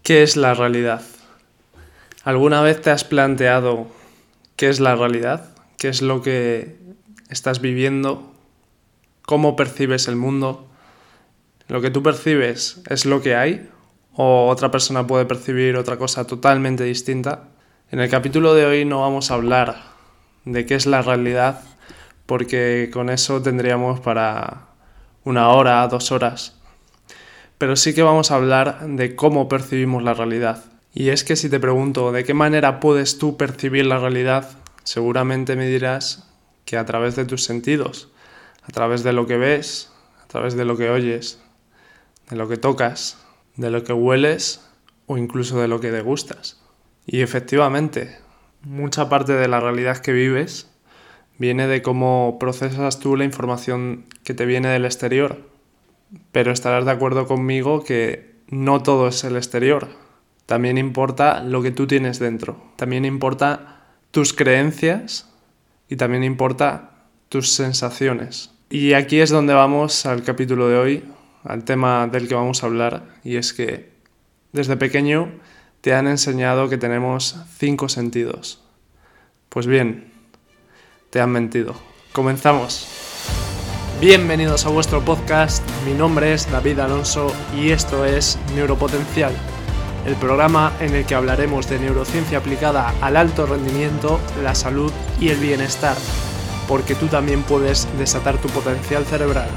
¿Qué es la realidad? ¿Alguna vez te has planteado qué es la realidad? ¿Qué es lo que estás viviendo? ¿Cómo percibes el mundo? ¿Lo que tú percibes es lo que hay? ¿O otra persona puede percibir otra cosa totalmente distinta? En el capítulo de hoy no vamos a hablar de qué es la realidad, porque con eso tendríamos para 1 hora, 2 horas. Pero sí que vamos a hablar de cómo percibimos la realidad. Y es que si te pregunto de qué manera puedes tú percibir la realidad, seguramente me dirás que a través de tus sentidos, a través de lo que ves, a través de lo que oyes, de lo que tocas, de lo que hueles o incluso de lo que degustas. Y efectivamente, mucha parte de la realidad que vives viene de cómo procesas tú la información que te viene del exterior. Pero estarás de acuerdo conmigo que no todo es el exterior. También importa lo que tú tienes dentro. También importa tus creencias y también importa tus sensaciones. Y aquí es donde vamos al capítulo de hoy, al tema del que vamos a hablar. Y es que desde pequeño te han enseñado que tenemos 5 sentidos. Pues bien, te han mentido. Comenzamos. Bienvenidos a vuestro podcast, mi nombre es David Alonso y esto es Neuropotencial, el programa en el que hablaremos de neurociencia aplicada al alto rendimiento, la salud y el bienestar, porque tú también puedes desatar tu potencial cerebral.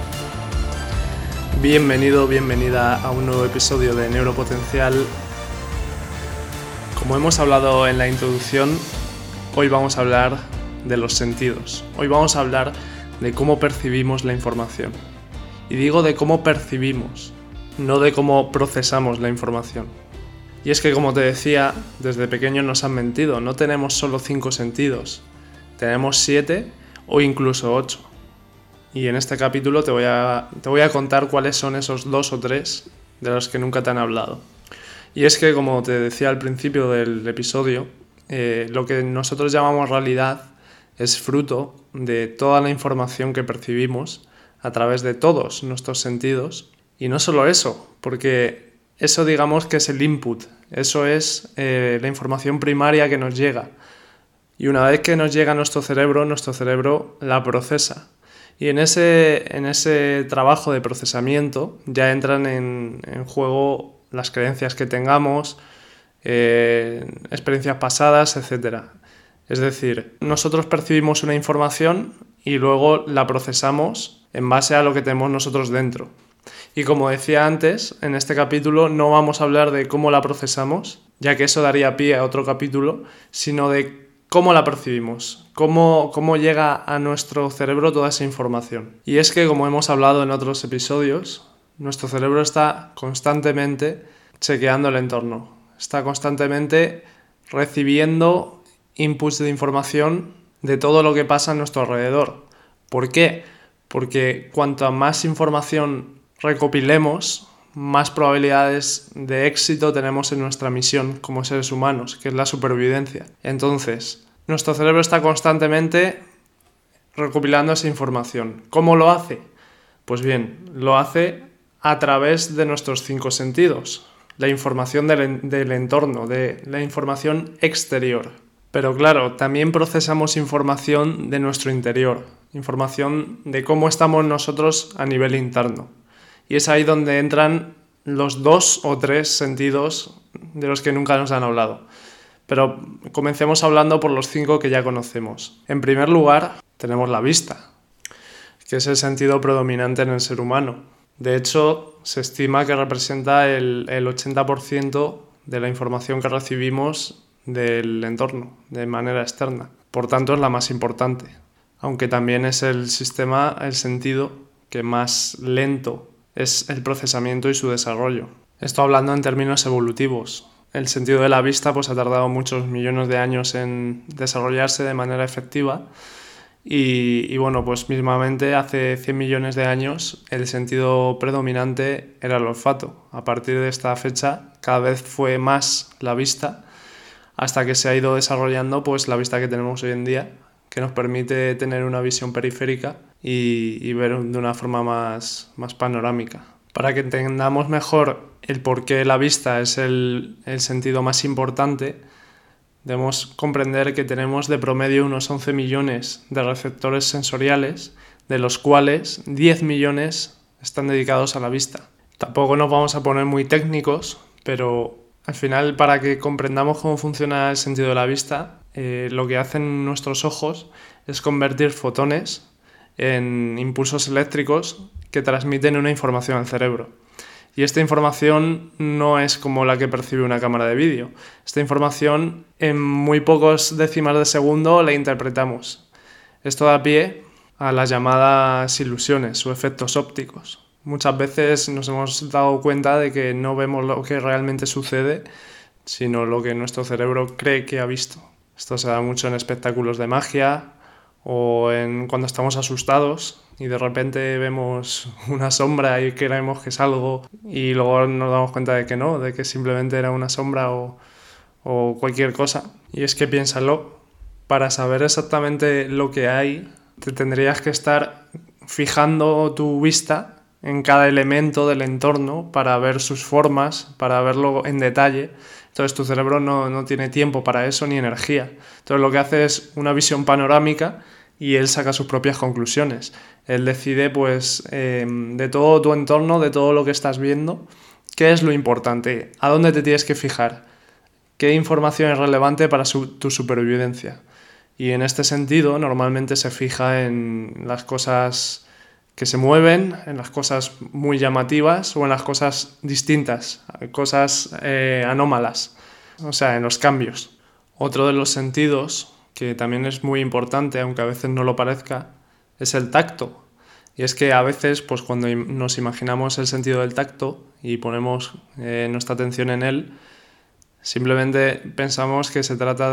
Bienvenido, bienvenida a un nuevo episodio de Neuropotencial. Como hemos hablado en la introducción, hoy vamos a hablar de los sentidos. Hoy vamos a hablar de cómo percibimos la información. Y digo de cómo percibimos, no de cómo procesamos la información. Y es que, como te decía, desde pequeño nos han mentido. No tenemos solo 5 sentidos, tenemos 7 o incluso 8. Y en este capítulo te voy a contar cuáles son esos 2 o 3 de los que nunca te han hablado. Y es que, como te decía al principio del episodio, lo que nosotros llamamos realidad es fruto de toda la información que percibimos a través de todos nuestros sentidos. Y no solo eso, porque eso digamos que es el input, eso es la información primaria que nos llega. Y una vez que nos llega a nuestro cerebro la procesa. Y en ese trabajo de procesamiento ya entran en juego las creencias que tengamos, experiencias pasadas, etc. Es decir, nosotros percibimos una información y luego la procesamos en base a lo que tenemos nosotros dentro. Y como decía antes, en este capítulo no vamos a hablar de cómo la procesamos, ya que eso daría pie a otro capítulo, sino de cómo la percibimos, cómo llega a nuestro cerebro toda esa información. Y es que, como hemos hablado en otros episodios, nuestro cerebro está constantemente chequeando el entorno, está constantemente recibiendo inputs de información de todo lo que pasa a nuestro alrededor. ¿Por qué? Porque cuanto más información recopilemos, más probabilidades de éxito tenemos en nuestra misión como seres humanos, que es la supervivencia. Entonces, nuestro cerebro está constantemente recopilando esa información. ¿Cómo lo hace? Pues bien, lo hace a través de nuestros 5 sentidos, la información del entorno, de la información exterior. Pero claro, también procesamos información de nuestro interior, información de cómo estamos nosotros a nivel interno. Y es ahí donde entran los 2 o 3 sentidos de los que nunca nos han hablado. Pero comencemos hablando por los 5 que ya conocemos. En primer lugar, tenemos la vista, que es el sentido predominante en el ser humano. De hecho, se estima que representa el 80% de la información que recibimos del entorno, de manera externa. Por tanto, es la más importante. Aunque también es el sentido que más lento es el procesamiento y su desarrollo. Esto hablando en términos evolutivos. El sentido de la vista ha tardado muchos millones de años en desarrollarse de manera efectiva. Y bueno, pues mismamente hace 100 millones de años el sentido predominante era el olfato. A partir de esta fecha cada vez fue más la vista, hasta que se ha ido desarrollando pues la vista que tenemos hoy en día, que nos permite tener una visión periférica y ver de una forma más panorámica. Para que entendamos mejor el por qué la vista es el sentido más importante, debemos comprender que tenemos de promedio unos 11 millones de receptores sensoriales, de los cuales 10 millones están dedicados a la vista. Tampoco nos vamos a poner muy técnicos, pero al final, para que comprendamos cómo funciona el sentido de la vista, lo que hacen nuestros ojos es convertir fotones en impulsos eléctricos que transmiten una información al cerebro. Y esta información no es como la que percibe una cámara de vídeo. Esta información en muy pocos décimas de segundo la interpretamos. Esto da pie a las llamadas ilusiones o efectos ópticos. Muchas veces nos hemos dado cuenta de que no vemos lo que realmente sucede, sino lo que nuestro cerebro cree que ha visto. Esto se da mucho en espectáculos de magia o cuando estamos asustados y de repente vemos una sombra y creemos que es algo y luego nos damos cuenta de que no, de que simplemente era una sombra o cualquier cosa. Y es que piénsalo, para saber exactamente lo que hay, te tendrías que estar fijando tu vista en cada elemento del entorno para ver sus formas, para verlo en detalle. Entonces tu cerebro no tiene tiempo para eso ni energía. Entonces lo que hace es una visión panorámica y él saca sus propias conclusiones. Él decide, pues, de todo tu entorno, de todo lo que estás viendo, qué es lo importante, a dónde te tienes que fijar, qué información es relevante para tu supervivencia. Y en este sentido, normalmente se fija en las cosas que se mueven, en las cosas muy llamativas o en las cosas distintas, cosas anómalas, o sea, en los cambios. Otro de los sentidos, que también es muy importante, aunque a veces no lo parezca, es el tacto. Y es que a veces, pues cuando nos imaginamos el sentido del tacto y ponemos nuestra atención en él, simplemente pensamos que se trata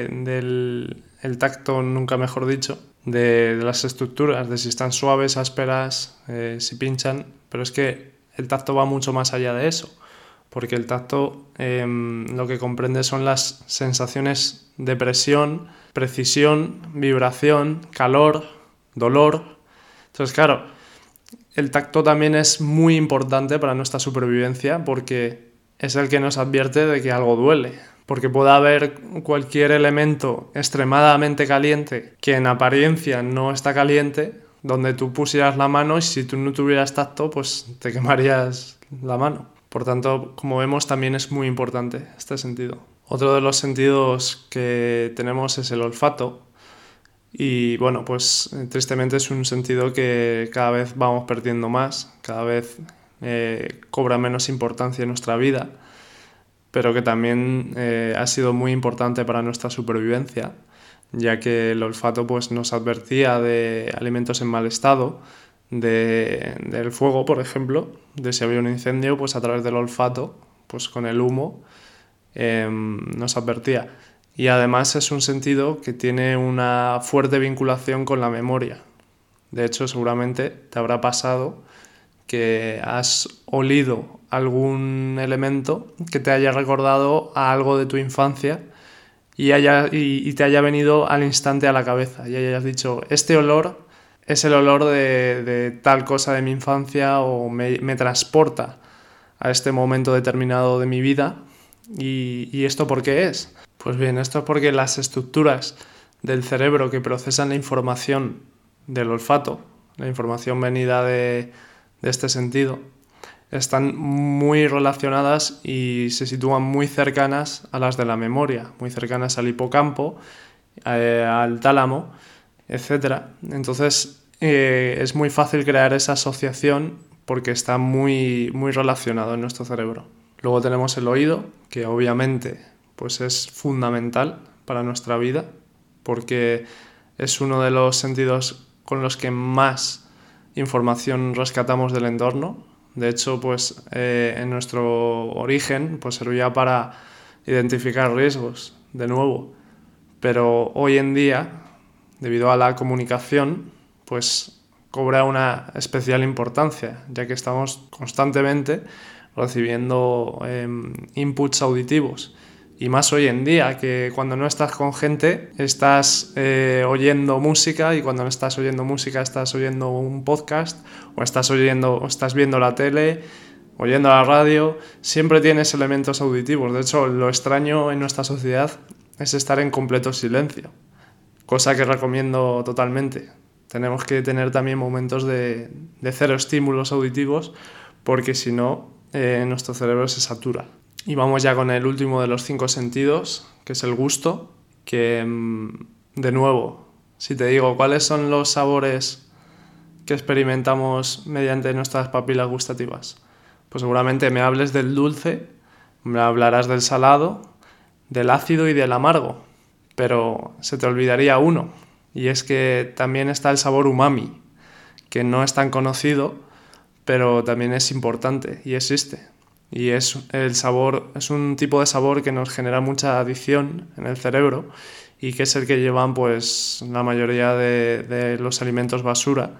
del tacto, nunca mejor dicho, de las estructuras, de si están suaves, ásperas, si pinchan, pero es que el tacto va mucho más allá de eso, porque el tacto lo que comprende son las sensaciones de presión, precisión, vibración, calor, dolor. Entonces, claro, el tacto también es muy importante para nuestra supervivencia porque es el que nos advierte de que algo duele. Porque puede haber cualquier elemento extremadamente caliente que en apariencia no está caliente, donde tú pusieras la mano y si tú no tuvieras tacto, pues te quemarías la mano. Por tanto, como vemos, también es muy importante este sentido. Otro de los sentidos que tenemos es el olfato. Y bueno, pues tristemente es un sentido que cada vez vamos perdiendo más, cada vez cobra menos importancia en nuestra vida, pero que también ha sido muy importante para nuestra supervivencia, ya que el olfato pues, nos advertía de alimentos en mal estado, del fuego, por ejemplo, de si había un incendio, pues a través del olfato, pues con el humo, nos advertía. Y además es un sentido que tiene una fuerte vinculación con la memoria. De hecho, seguramente te habrá pasado que has olido algún elemento que te haya recordado a algo de tu infancia y te haya venido al instante a la cabeza y hayas dicho, este olor es el olor de tal cosa de mi infancia o me transporta a este momento determinado de mi vida. ¿Y esto por qué es? Pues bien, esto es porque las estructuras del cerebro que procesan la información del olfato, la información venida de este sentido, están muy relacionadas y se sitúan muy cercanas a las de la memoria, muy cercanas al hipocampo, al tálamo, etc. Entonces es muy fácil crear esa asociación porque está muy, muy relacionado en nuestro cerebro. Luego tenemos el oído, que obviamente pues es fundamental para nuestra vida porque es uno de los sentidos con los que más información rescatamos del entorno. De hecho, pues en nuestro origen pues servía para identificar riesgos, de nuevo. Pero hoy en día, debido a la comunicación, pues cobra una especial importancia, ya que estamos constantemente recibiendo inputs auditivos Y más hoy en día, que cuando no estás con gente estás oyendo música, y cuando no estás oyendo música estás oyendo un podcast, o estás viendo la tele, oyendo la radio. Siempre tienes elementos auditivos. De hecho, lo extraño en nuestra sociedad es estar en completo silencio, cosa que recomiendo totalmente. Tenemos que tener también momentos de cero estímulos auditivos, porque si no, nuestro cerebro se satura. Y vamos ya con el último de los 5 sentidos, que es el gusto, que, de nuevo, si te digo cuáles son los sabores que experimentamos mediante nuestras papilas gustativas, pues seguramente me hables del dulce, me hablarás del salado, del ácido y del amargo, pero se te olvidaría uno, y es que también está el sabor umami, que no es tan conocido, pero también es importante y existe. Y es un tipo de sabor que nos genera mucha adicción en el cerebro, y que es el que llevan pues la mayoría de los alimentos basura,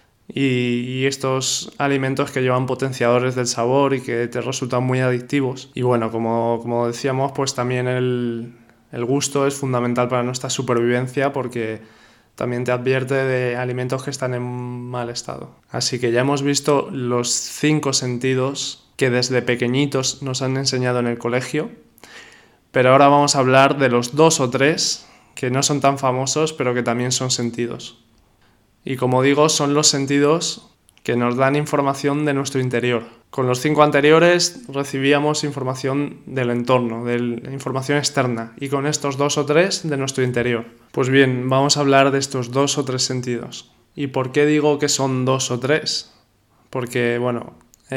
y estos alimentos que llevan potenciadores del sabor y que te resultan muy adictivos. Y bueno, como decíamos, pues también el gusto es fundamental para nuestra supervivencia, porque también te advierte de alimentos que están en mal estado. Así que ya hemos visto los 5 sentidos que desde pequeñitos nos han enseñado en el colegio, pero ahora vamos a hablar de los 2 o 3 que no son tan famosos, pero que también son sentidos. Y como digo, son los sentidos que nos dan información de nuestro interior. Con los 5 anteriores recibíamos información del entorno, de información externa, y con estos 2 o 3 de nuestro interior. Pues bien, vamos a hablar de estos 2 o 3 sentidos. ¿Y por qué digo que son 2 o 3? Porque, bueno,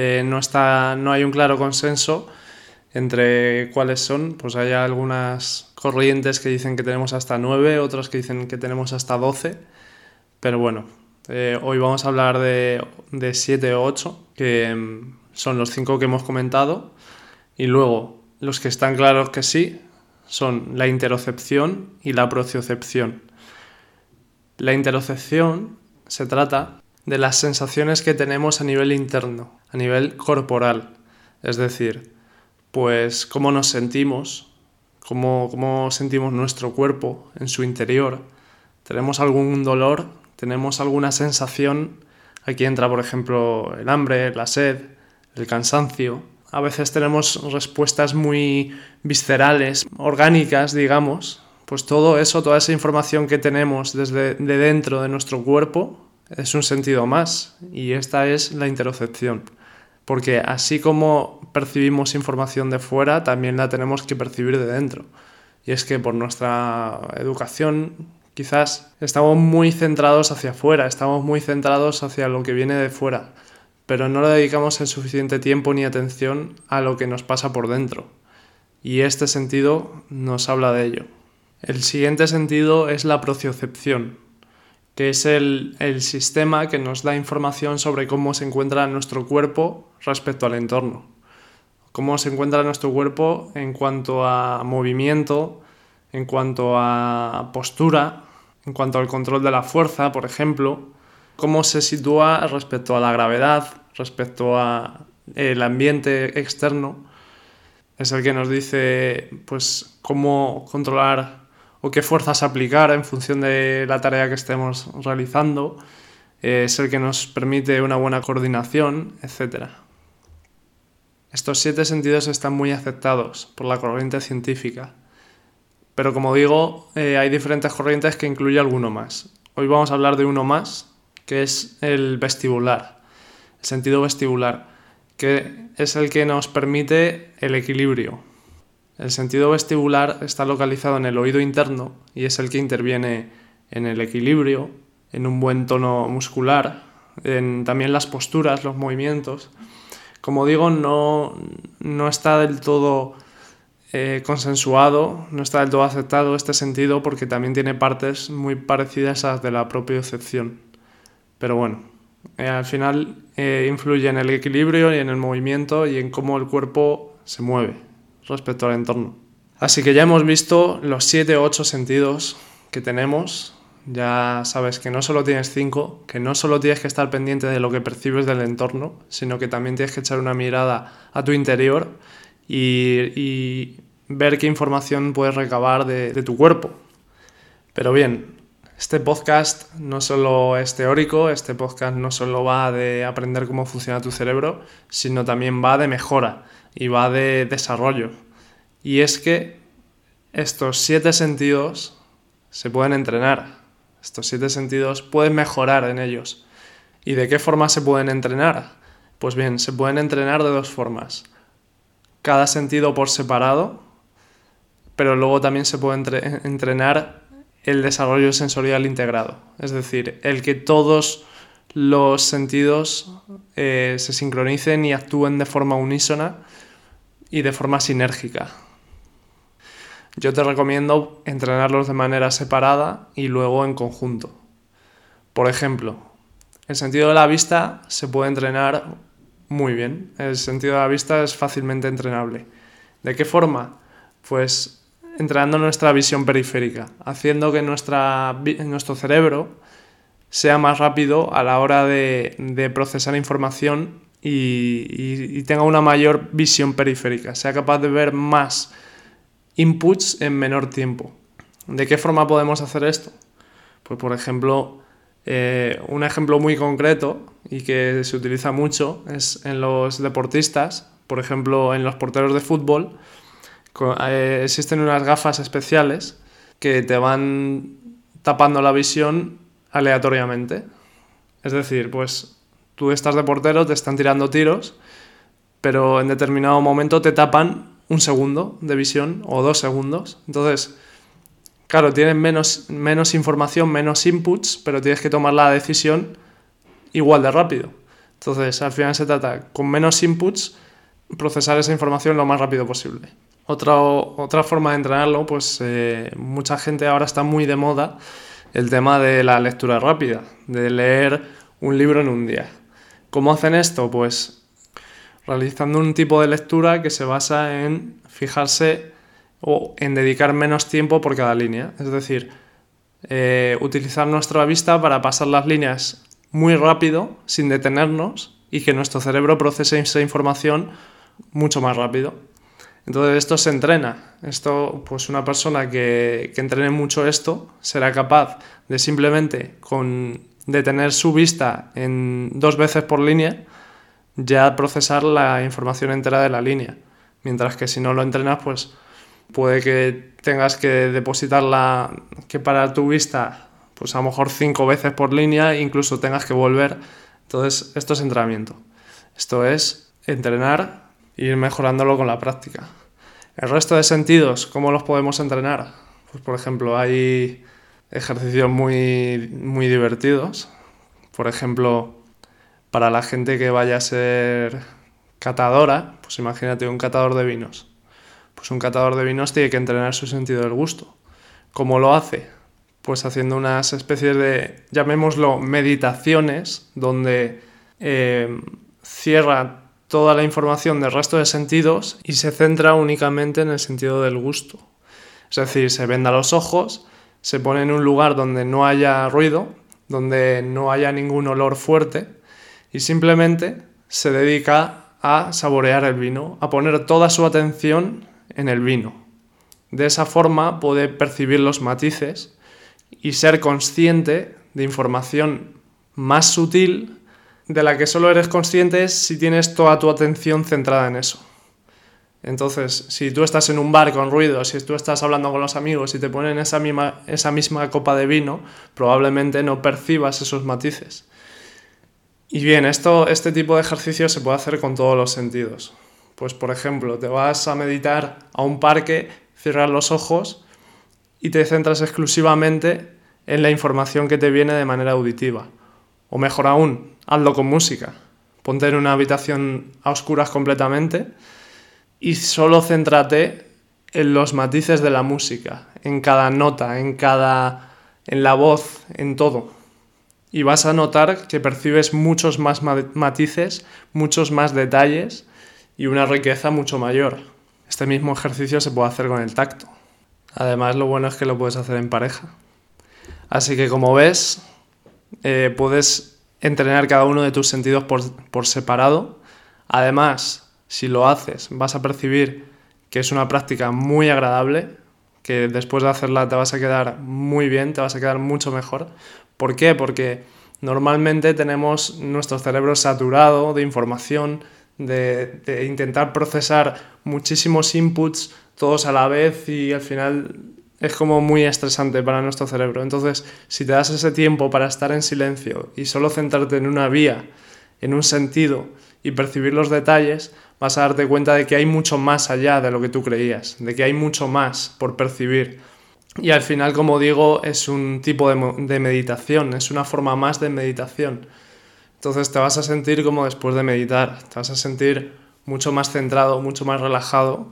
no hay un claro consenso entre cuáles son. Pues hay algunas corrientes que dicen que tenemos hasta 9, otras que dicen que tenemos hasta 12, pero bueno, hoy vamos a hablar de 7 o 8, que son los 5 que hemos comentado, y luego los que están claros que sí son la interocepción y la propiocepción. La interocepción se trata de las sensaciones que tenemos a nivel interno, a nivel corporal, es decir, pues cómo nos sentimos, cómo sentimos nuestro cuerpo en su interior. ¿Tenemos algún dolor? ¿Tenemos alguna sensación? Aquí entra, por ejemplo, el hambre, la sed, el cansancio. A veces tenemos respuestas muy viscerales, orgánicas, digamos. Pues todo eso, toda esa información que tenemos desde dentro de nuestro cuerpo es un sentido más, y esta es la interocepción. Porque así como percibimos información de fuera, también la tenemos que percibir de dentro. Y es que por nuestra educación quizás estamos muy centrados hacia afuera, estamos muy centrados hacia lo que viene de fuera, pero no le dedicamos el suficiente tiempo ni atención a lo que nos pasa por dentro. Y este sentido nos habla de ello. El siguiente sentido es la propiocepción, que es el sistema que nos da información sobre cómo se encuentra nuestro cuerpo respecto al entorno. Cómo se encuentra nuestro cuerpo en cuanto a movimiento, en cuanto a postura, en cuanto al control de la fuerza, por ejemplo. Cómo se sitúa respecto a la gravedad, respecto a el ambiente externo. Es el que nos dice pues cómo controlar o qué fuerzas aplicar en función de la tarea que estemos realizando. Es el que nos permite una buena coordinación, etc. Estos 7 sentidos están muy aceptados por la corriente científica, pero como digo, hay diferentes corrientes que incluyen alguno más. Hoy vamos a hablar de uno más, que es el vestibular, el sentido vestibular, que es el que nos permite el equilibrio. El sentido vestibular está localizado en el oído interno y es el que interviene en el equilibrio, en un buen tono muscular, en también las posturas, los movimientos. Como digo, no está del todo consensuado, no está del todo aceptado este sentido, porque también tiene partes muy parecidas a las de la propiocepción. Pero bueno, al final influye en el equilibrio y en el movimiento y en cómo el cuerpo se mueve respecto al entorno. Así que ya hemos visto los 7 o 8 sentidos que tenemos. Ya sabes que no solo tienes 5, que no solo tienes que estar pendiente de lo que percibes del entorno, sino que también tienes que echar una mirada a tu interior y ver qué información puedes recabar de tu cuerpo. Pero bien, este podcast no solo es teórico, este podcast no solo va de aprender cómo funciona tu cerebro, sino también va de mejora y va de desarrollo. Y es que estos 7 sentidos se pueden entrenar. Estos 7 sentidos puedes mejorar en ellos. ¿Y de qué forma se pueden entrenar? Pues bien, se pueden entrenar de 2 formas. Cada sentido por separado, pero luego también se puede entrenar el desarrollo sensorial integrado. Es decir, el que todos los sentidos se sincronicen y actúen de forma unísona y de forma sinérgica. Yo te recomiendo entrenarlos de manera separada y luego en conjunto. Por ejemplo, el sentido de la vista se puede entrenar muy bien. El sentido de la vista es fácilmente entrenable. ¿De qué forma? Pues entrenando nuestra visión periférica, haciendo que nuestro cerebro sea más rápido a la hora de procesar información y tenga una mayor visión periférica, sea capaz de ver más inputs en menor tiempo. ¿De qué forma podemos hacer esto? Pues por ejemplo, un ejemplo muy concreto y que se utiliza mucho es en los deportistas, por ejemplo en los porteros de fútbol. Existen unas gafas especiales que te van tapando la visión aleatoriamente. Es decir, pues tú estás de portero, te están tirando tiros, pero en determinado momento te tapan 1 segundo de visión o 2 segundos. Entonces, claro, tienes menos información, menos inputs, pero tienes que tomar la decisión igual de rápido. Entonces, al final se trata, con menos inputs, procesar esa información lo más rápido posible. Otra forma de entrenarlo, pues mucha gente ahora está muy de moda el tema de la lectura rápida, de leer un libro en un día. ¿Cómo hacen esto? Pues realizando un tipo de lectura que se basa en fijarse o en dedicar menos tiempo por cada línea. Es decir, utilizar nuestra vista para pasar las líneas muy rápido, sin detenernos, y que nuestro cerebro procese esa información mucho más rápido. Entonces esto se entrena. Pues una persona que entrene mucho esto será capaz de simplemente con detener su vista en 2 veces por línea ya procesar la información entera de la línea. Mientras que si no lo entrenas, pues puede que tengas que que parar tu vista pues a lo mejor 5 veces por línea e incluso tengas que volver. Entonces esto es entrenamiento. Esto es entrenar e ir mejorándolo con la práctica. El resto de sentidos, ¿cómo los podemos entrenar? Pues por ejemplo, hay ejercicios muy, muy divertidos. Por ejemplo, para la gente que vaya a ser catadora, pues imagínate un catador de vinos. Pues un catador de vinos tiene que entrenar su sentido del gusto. ¿Cómo lo hace? Pues haciendo unas especies de, llamémoslo, meditaciones, donde cierra toda la información del resto de sentidos y se centra únicamente en el sentido del gusto. Es decir, se venda los ojos, se pone en un lugar donde no haya ruido, donde no haya ningún olor fuerte y simplemente se dedica a saborear el vino, a poner toda su atención en el vino. De esa forma puede percibir los matices y ser consciente de información más sutil de la que solo eres consciente si tienes toda tu atención centrada en eso. Entonces, si tú estás en un bar con ruido, si tú estás hablando con los amigos y te ponen esa misma copa de vino, probablemente no percibas esos matices. Y bien, este tipo de ejercicio se puede hacer con todos los sentidos. Pues, por ejemplo, te vas a meditar a un parque, cierras los ojos y te centras exclusivamente en la información que te viene de manera auditiva. O mejor aún, hazlo con música. Ponte en una habitación a oscuras completamente y solo céntrate en los matices de la música, en cada nota, en la voz, en todo. Y vas a notar que percibes muchos más matices, muchos más detalles y una riqueza mucho mayor. Este mismo ejercicio se puede hacer con el tacto. Además, lo bueno es que lo puedes hacer en pareja. Así que, como ves, puedes entrenar cada uno de tus sentidos por separado. Además, si lo haces, vas a percibir que es una práctica muy agradable, que después de hacerla te vas a quedar muy bien, te vas a quedar mucho mejor. ¿Por qué? Porque normalmente tenemos nuestro cerebro saturado de información, de intentar procesar muchísimos inputs todos a la vez, y al final es como muy estresante para nuestro cerebro. Entonces, si te das ese tiempo para estar en silencio y solo centrarte en una vía, en un sentido, y percibir los detalles, vas a darte cuenta de que hay mucho más allá de lo que tú creías, de que hay mucho más por percibir. Y al final, como digo, es un tipo de meditación, es una forma más de meditación. Entonces te vas a sentir como después de meditar, te vas a sentir mucho más centrado, mucho más relajado.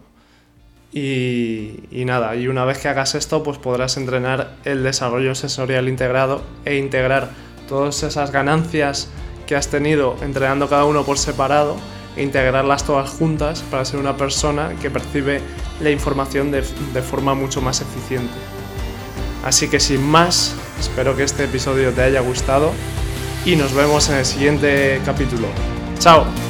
Y nada, y una vez que hagas esto, pues podrás entrenar el desarrollo sensorial integrado e integrar todas esas ganancias que has tenido entrenando cada uno por separado e integrarlas todas juntas para ser una persona que percibe la información de forma mucho más eficiente. Así que sin más, espero que este episodio te haya gustado y nos vemos en el siguiente capítulo. ¡Chao!